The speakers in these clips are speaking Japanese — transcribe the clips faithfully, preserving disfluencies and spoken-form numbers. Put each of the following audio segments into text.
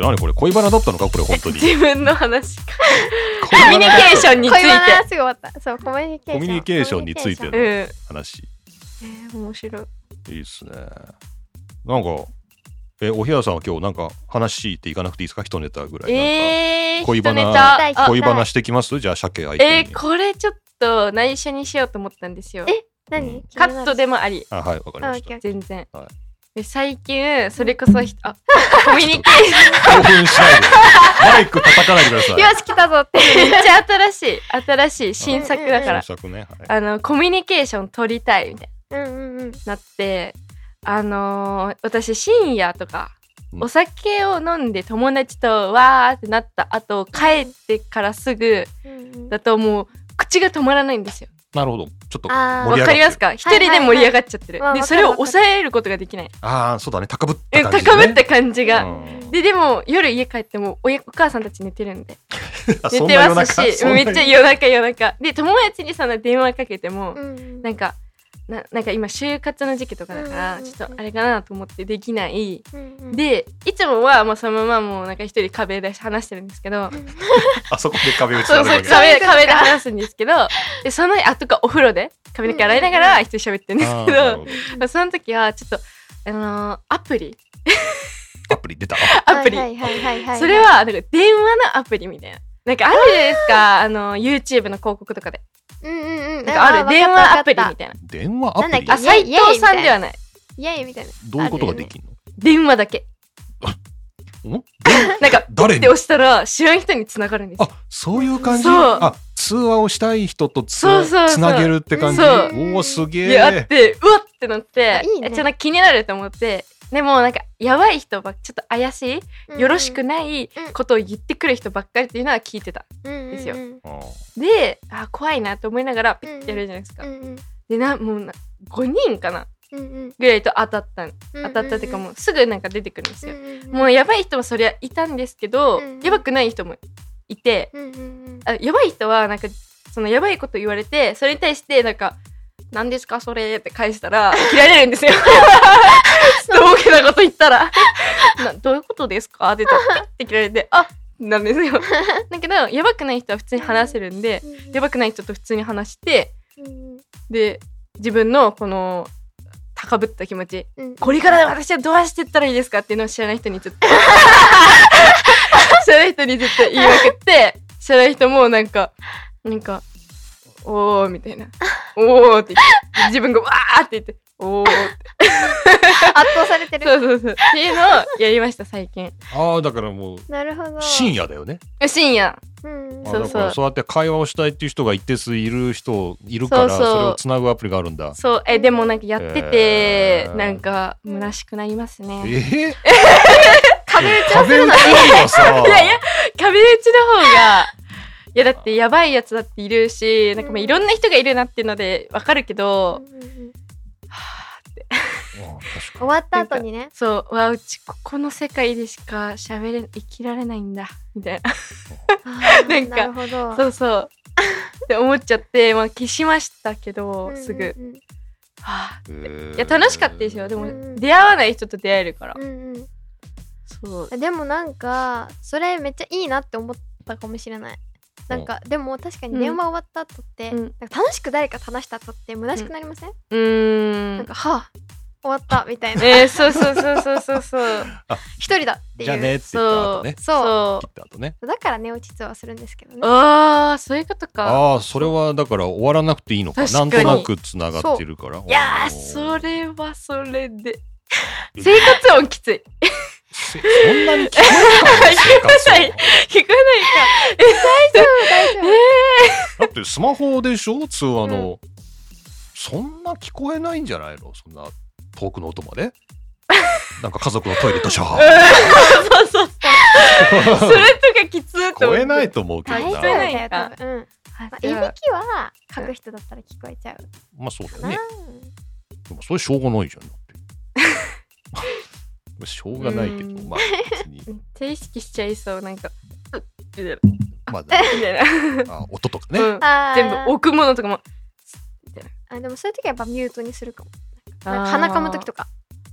何これ恋バナだったのかこれ本当に自分の話かコミュニケーションについて恋バナすぐ終わった。そうコミュニケーションコミュニケーションについての話、 うん、えー、面白い。 いいっすね。なんかえお部屋さんは今日なんか話っていかなくていいですか？一ネタぐらい。 えー、 恋バナ恋バナしてきます？じゃあ鮭相手に。 えー、これちょっと内緒にしようと思ったんですよ。 え何、うん、 カットでもあり。 あはいわかりました。 全然、 はい、 で最近それこそあコミュニケーション興奮しないでマイク叩かないでください。 よし来たぞってめっちゃ新しい新しい新作だから、 新作ね、はい、 あのコミュニケーション取りたいみたいな、 うんうんうん、 なってあのー、私深夜とか、うん、お酒を飲んで友達とわーってなった後帰ってからすぐだともう口が止まらないんですよ。 なるほど。ちょっとわかりますか？一人で盛り上がっちゃってる、はいはいはい、でそれを抑えることができない。 ああそうだね、高ぶった感じ、ね、 高ぶった感じが、うん、ででも夜家帰ってもお母さんたち寝てるんで寝てますしめっちゃ夜中夜中で友達にその電話かけても、うん、なんかな, なんか今就活の時期とかだから、うん、ちょっとあれかなと思ってできない、うん、でいつもはもうそのままもうなんか一人壁で話してるんですけどあそこで壁打ちそうそう 壁, 壁で話すんですけどでその後かお風呂で髪の毛洗いながら一人喋ってるんですけど、うん、その時はちょっとあのー、アプリアプリ出たアプリそれはなんか電話のアプリみたいななんかあるじゃないですかあの YouTube の広告とかでうんうんうん、 なんかある電話アプリみたいな。 電話アプリ？ あ、斉藤さんではない。 イエイみたいな。 どういうことができるの？ 電話だけ。なんか誰に押したら知らん人に繋がるんですよ。 あ、そういう感じ？あ、通話をしたい人とつそうそうそうつなげるって感じ？おおすげえ。 いやあってうわってなっていいね、 ちょっと気になると思って。でもなんかやばい人ばちょっと怪しい、よろしくないことを言ってくる人ばっかりっていうのは聞いてたんですよ、うんうんうん、であ怖いなと思いながらピッてやるじゃないですか、うんうん、でなもうなごにんかな、うんうん、ぐらいと当たった当たったっていうかもうすぐなんか出てくるんですよ、うんうんうん、もうやばい人もそりゃいたんですけど、うんうん、やばくない人もいて、うんうんうん、あやばい人はなんかそのやばいこと言われてそれに対してなんか何ですかそれって返したら切られるんですよ大きなこと言ったらなどういうことですかって言ったらって切られてあなんですよだけどやばくない人は普通に話せるんで、うん、やばくない人と普通に話して、うん、で自分のこの高ぶった気持ち、うん、これから私はどうしていったらいいですかっていうのを知らない人にずっと知らない人にずっと言いまくって知らない人もなんかなんかおーみたいなおーって言って自分がわーって言っておーって圧倒されてるそうそうそうっていうのをやりました最近。 ああだからもうなるほど深夜だよね。 深夜、 うん、 そうそうだからそうやって会話をしたいっていう人が一定数いる人いるから そ, うそうそれをつなぐアプリがあるんだ。 そうえでもなんかやってて、えー、なんか虚しくなりますね。 えー、 壁打ちをするのにいやいや壁打ちの方がいやだってやばいやつだっているしなんかまあいろんな人がいるなっていうのでわかるけど、うんうんうん、はーって終わった後にねそうわうちここの世界でしか喋れ生きられないんだみたいななんかなるほどそうそうって思っちゃって、まあ、消しましたけど、うんうんうん、すぐはぁっていや楽しかったですよでも、うん、出会わない人と出会えるから、うんうん、 そうでもなんかそれめっちゃいいなって思ったかもしれない。なんかでも確かに電話終わった後って、うん、なんか楽しく誰かと話した後って虚しくなりません？うーんなんかはぁ終わったみたいなえー、そうそうそうそうそうそう一人だっていうじゃあねって言った後ねそう切った後ねだから寝落ちツアーするんですけどね。 ああそういうことか。 ああそれはだから終わらなくていいのかなんとなくつながってるから。 いやーそれはそれで生活音きついそんなに聞こえない聞こえないかえ大丈夫大丈夫、えー、だってスマホでしょ通話の、うん、そんな聞こえないんじゃないのそんな遠くの音までなんか家族のトイレとシャーそうそうそうそれとかきついと思う。 聞こえないと思うけどな。 聞こえないよ多分、うんまあ、いびきは書く人だったら聞こえちゃう。 まあそうだよね。でもそれしょうがないじゃんだってしょうがないけどまあ別にめっちゃ意識しちゃいそうなんかみたいなまだみたいなあ音とかね、うん、 全部置くものとかもあでもそういう時はやっぱミュートにするかも。なんか鼻かむ時とか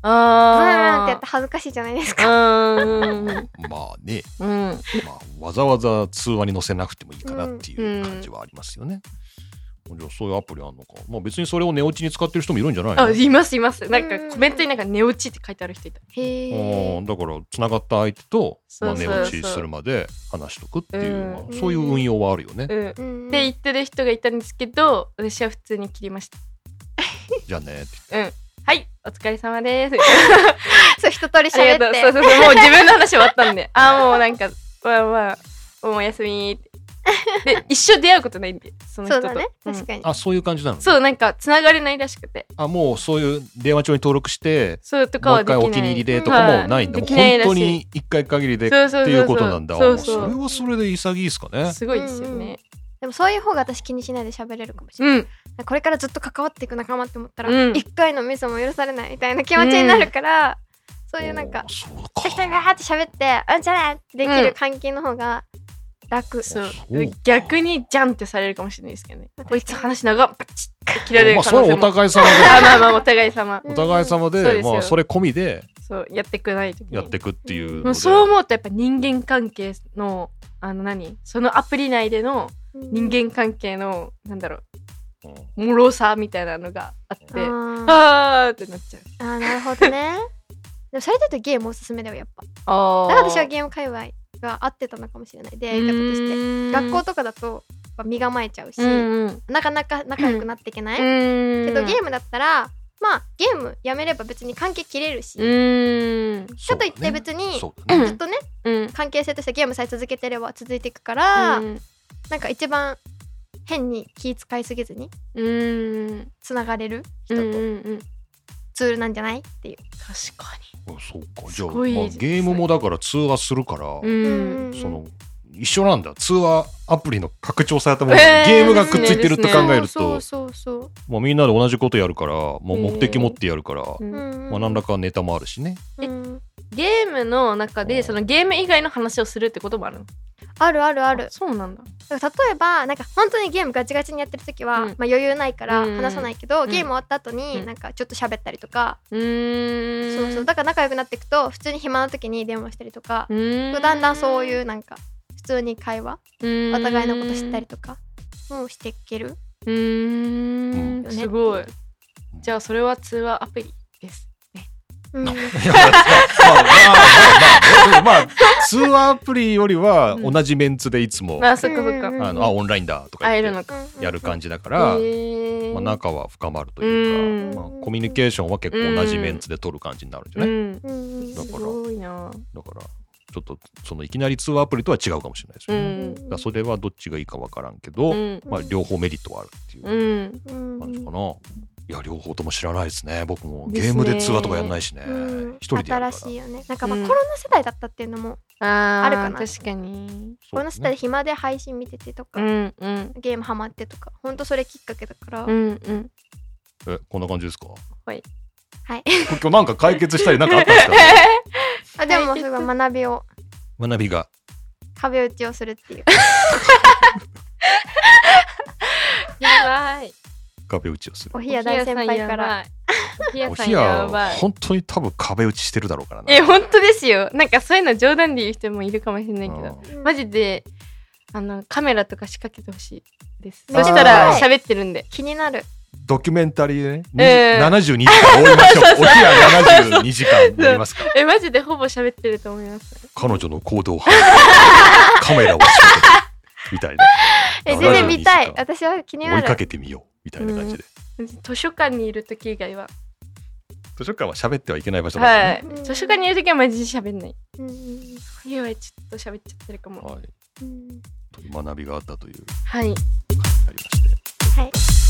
ブーンってやって恥ずかしいじゃないですか。 うんまあね、 うん、 まあ、わざわざ通話に載せなくてもいいかなっていう感じはありますよね。うん、じゃあそういうアプリあるのか。まあ別にそれを寝落ちに使ってる人もいるんじゃないの？ あ、いますいます。なんかコメントになんか寝落ちって書いてある人いた。 へー。だからつながった相手と、まあ、寝落ちするまで話しとくっていう、まあ、そういう運用はあるよね。 うんうん、で言ってる人がいたんですけど、私は普通に切りました。 じゃあねって言って。うん。 はい、お疲れ様です。 そう一通り喋って。 そうそうそう、もう自分の話終わったんで、あもうなんかまあまあもうおやすみって。で一生出会うことないんで、その人と。 そうだね、確かに。 うん、あ、そういう感じなの、ね。 そう、なんか繋がれないらしくて。 あ、もうそういう電話帳に登録して、 そうとかはできない。 もう一回お気に入りでとかもないんだ。うん、もう本当に一回限りでっていうことなんだ。そうそうそうそう。それはそれで潔いですかね。 すごいですよね。うんうん、 でもそういう方が私気にしないで喋れるかもしれない。うん、これからずっと関わっていく仲間って思ったら、うん、いっかいのミスも許されないみたいな気持ちになるから、うん、そういうなんか一人がーって喋ってうんじゃねってできる関係の方が楽。 そう逆にジャンってされるかもしれないですけどね。こいつ話長っパチッって切られる可能性も。 まあそれはお互い様であまあまあお互い様お互い様で、うん、まあそれ込みでそうやってくないとやってくっていうので、そう思うとやっぱ人間関係のあの何そのアプリ内での人間関係のなんだろう脆さみたいなのがあって、うん、あーってなっちゃう。 あーなるほどね。でもそれだとゲームおすすめだよやっぱ。あだから私はゲーム界隈が合ってたのかもしれない。出会い方として学校とかだと身構えちゃうし、うん、なかなか仲良くなっていけない、うん、けどゲームだったらまあゲームやめれば別に関係切れるし、うんかといって別にずっとね、うん、関係性としてゲームさえ続けてれば続いていくから、うん、なんか一番変に気使いすぎずにつながれる人とツールなんじゃないっていう。 確かに。 あそうか。じゃあ、まあ、ゲームもだから通話するから、うん、その一緒なんだ。通話アプリの拡張されたもの、えー、ゲームがくっついてるって考えると、まあ、みんなで同じことやるから、もう目的持ってやるから、えーまあ、何らかネタもあるしね。 えゲームの中でそのゲーム以外の話をするってこともあるの？ あるあるある。 あそうなんだ。 例えばなんか本当にゲームガチガチにやってる時は、うんまあ、余裕ないから話さないけど、うん、ゲーム終わった後になんかちょっと喋ったりとか、うん、そうそうだから仲良くなっていくと普通に暇な時に電話したりとか、うんだんだんそういうなんか普通に会話、お互いのこと知ったりとかもしていける。うーんすごい。じゃあそれは通話アプリですね。うん、まあまあまあ通話アプリよりは同じメンツでいつも、うん、あそっかそっかあのあオンラインだとか言ってやる感じだから、まあ、仲は深まるというか、まあ、コミュニケーションは結構同じメンツで取る感じになるんじゃない、うん、だからすごいな。だからちょっとそのいきなり通話アプリとは違うかもしれないですよね、うん、だからそれはどっちがいいか分からんけど、うんまあ、両方メリットはあるっていう感じかな、うん、いや両方とも知らないですね。僕もゲームで通話とかやんないしね、うん、一人でやるから。 新しいよね。なんかまあコロナ世代だったっていうのもあるかな、うん、 確かにコロナ世代で暇で配信見ててとか、うんうん、ゲームハマってとかほんとそれきっかけだから、うんうん、 えこんな感じですか？ はいはい今日なんか解決したりなんかあったんですかね？ あでもすごい学びを学びが壁打ちをするっていうやばい壁打ちをする。 おひや大先輩からおひや本当に多分壁打ちしてるだろうからな。 え本当ですよ。なんかそういうの冗談で言う人もいるかもしれないけど、うん、マジであのカメラとか仕掛けてほしいです。そしたら喋ってるんで気になる。 ドキュメンタリーでね、えー、ななじゅうにじかん追いましょう。おひやななじゅうにじかんやりますか。 えマジでほぼ喋ってると思います。 彼女の行動範囲カメラを仕掛けてみたいな。 え全然見たい。私は気になる。 追いかけてみようみたいな感じで、 うん、図書館にいる時以外は図書館は喋ってはいけない場所だからね、 はい、図書館にいる時はマジで喋んない。うんおひやはちょっと喋っちゃってるかも、はい、うん、 という学びがあったというはいありまして、はい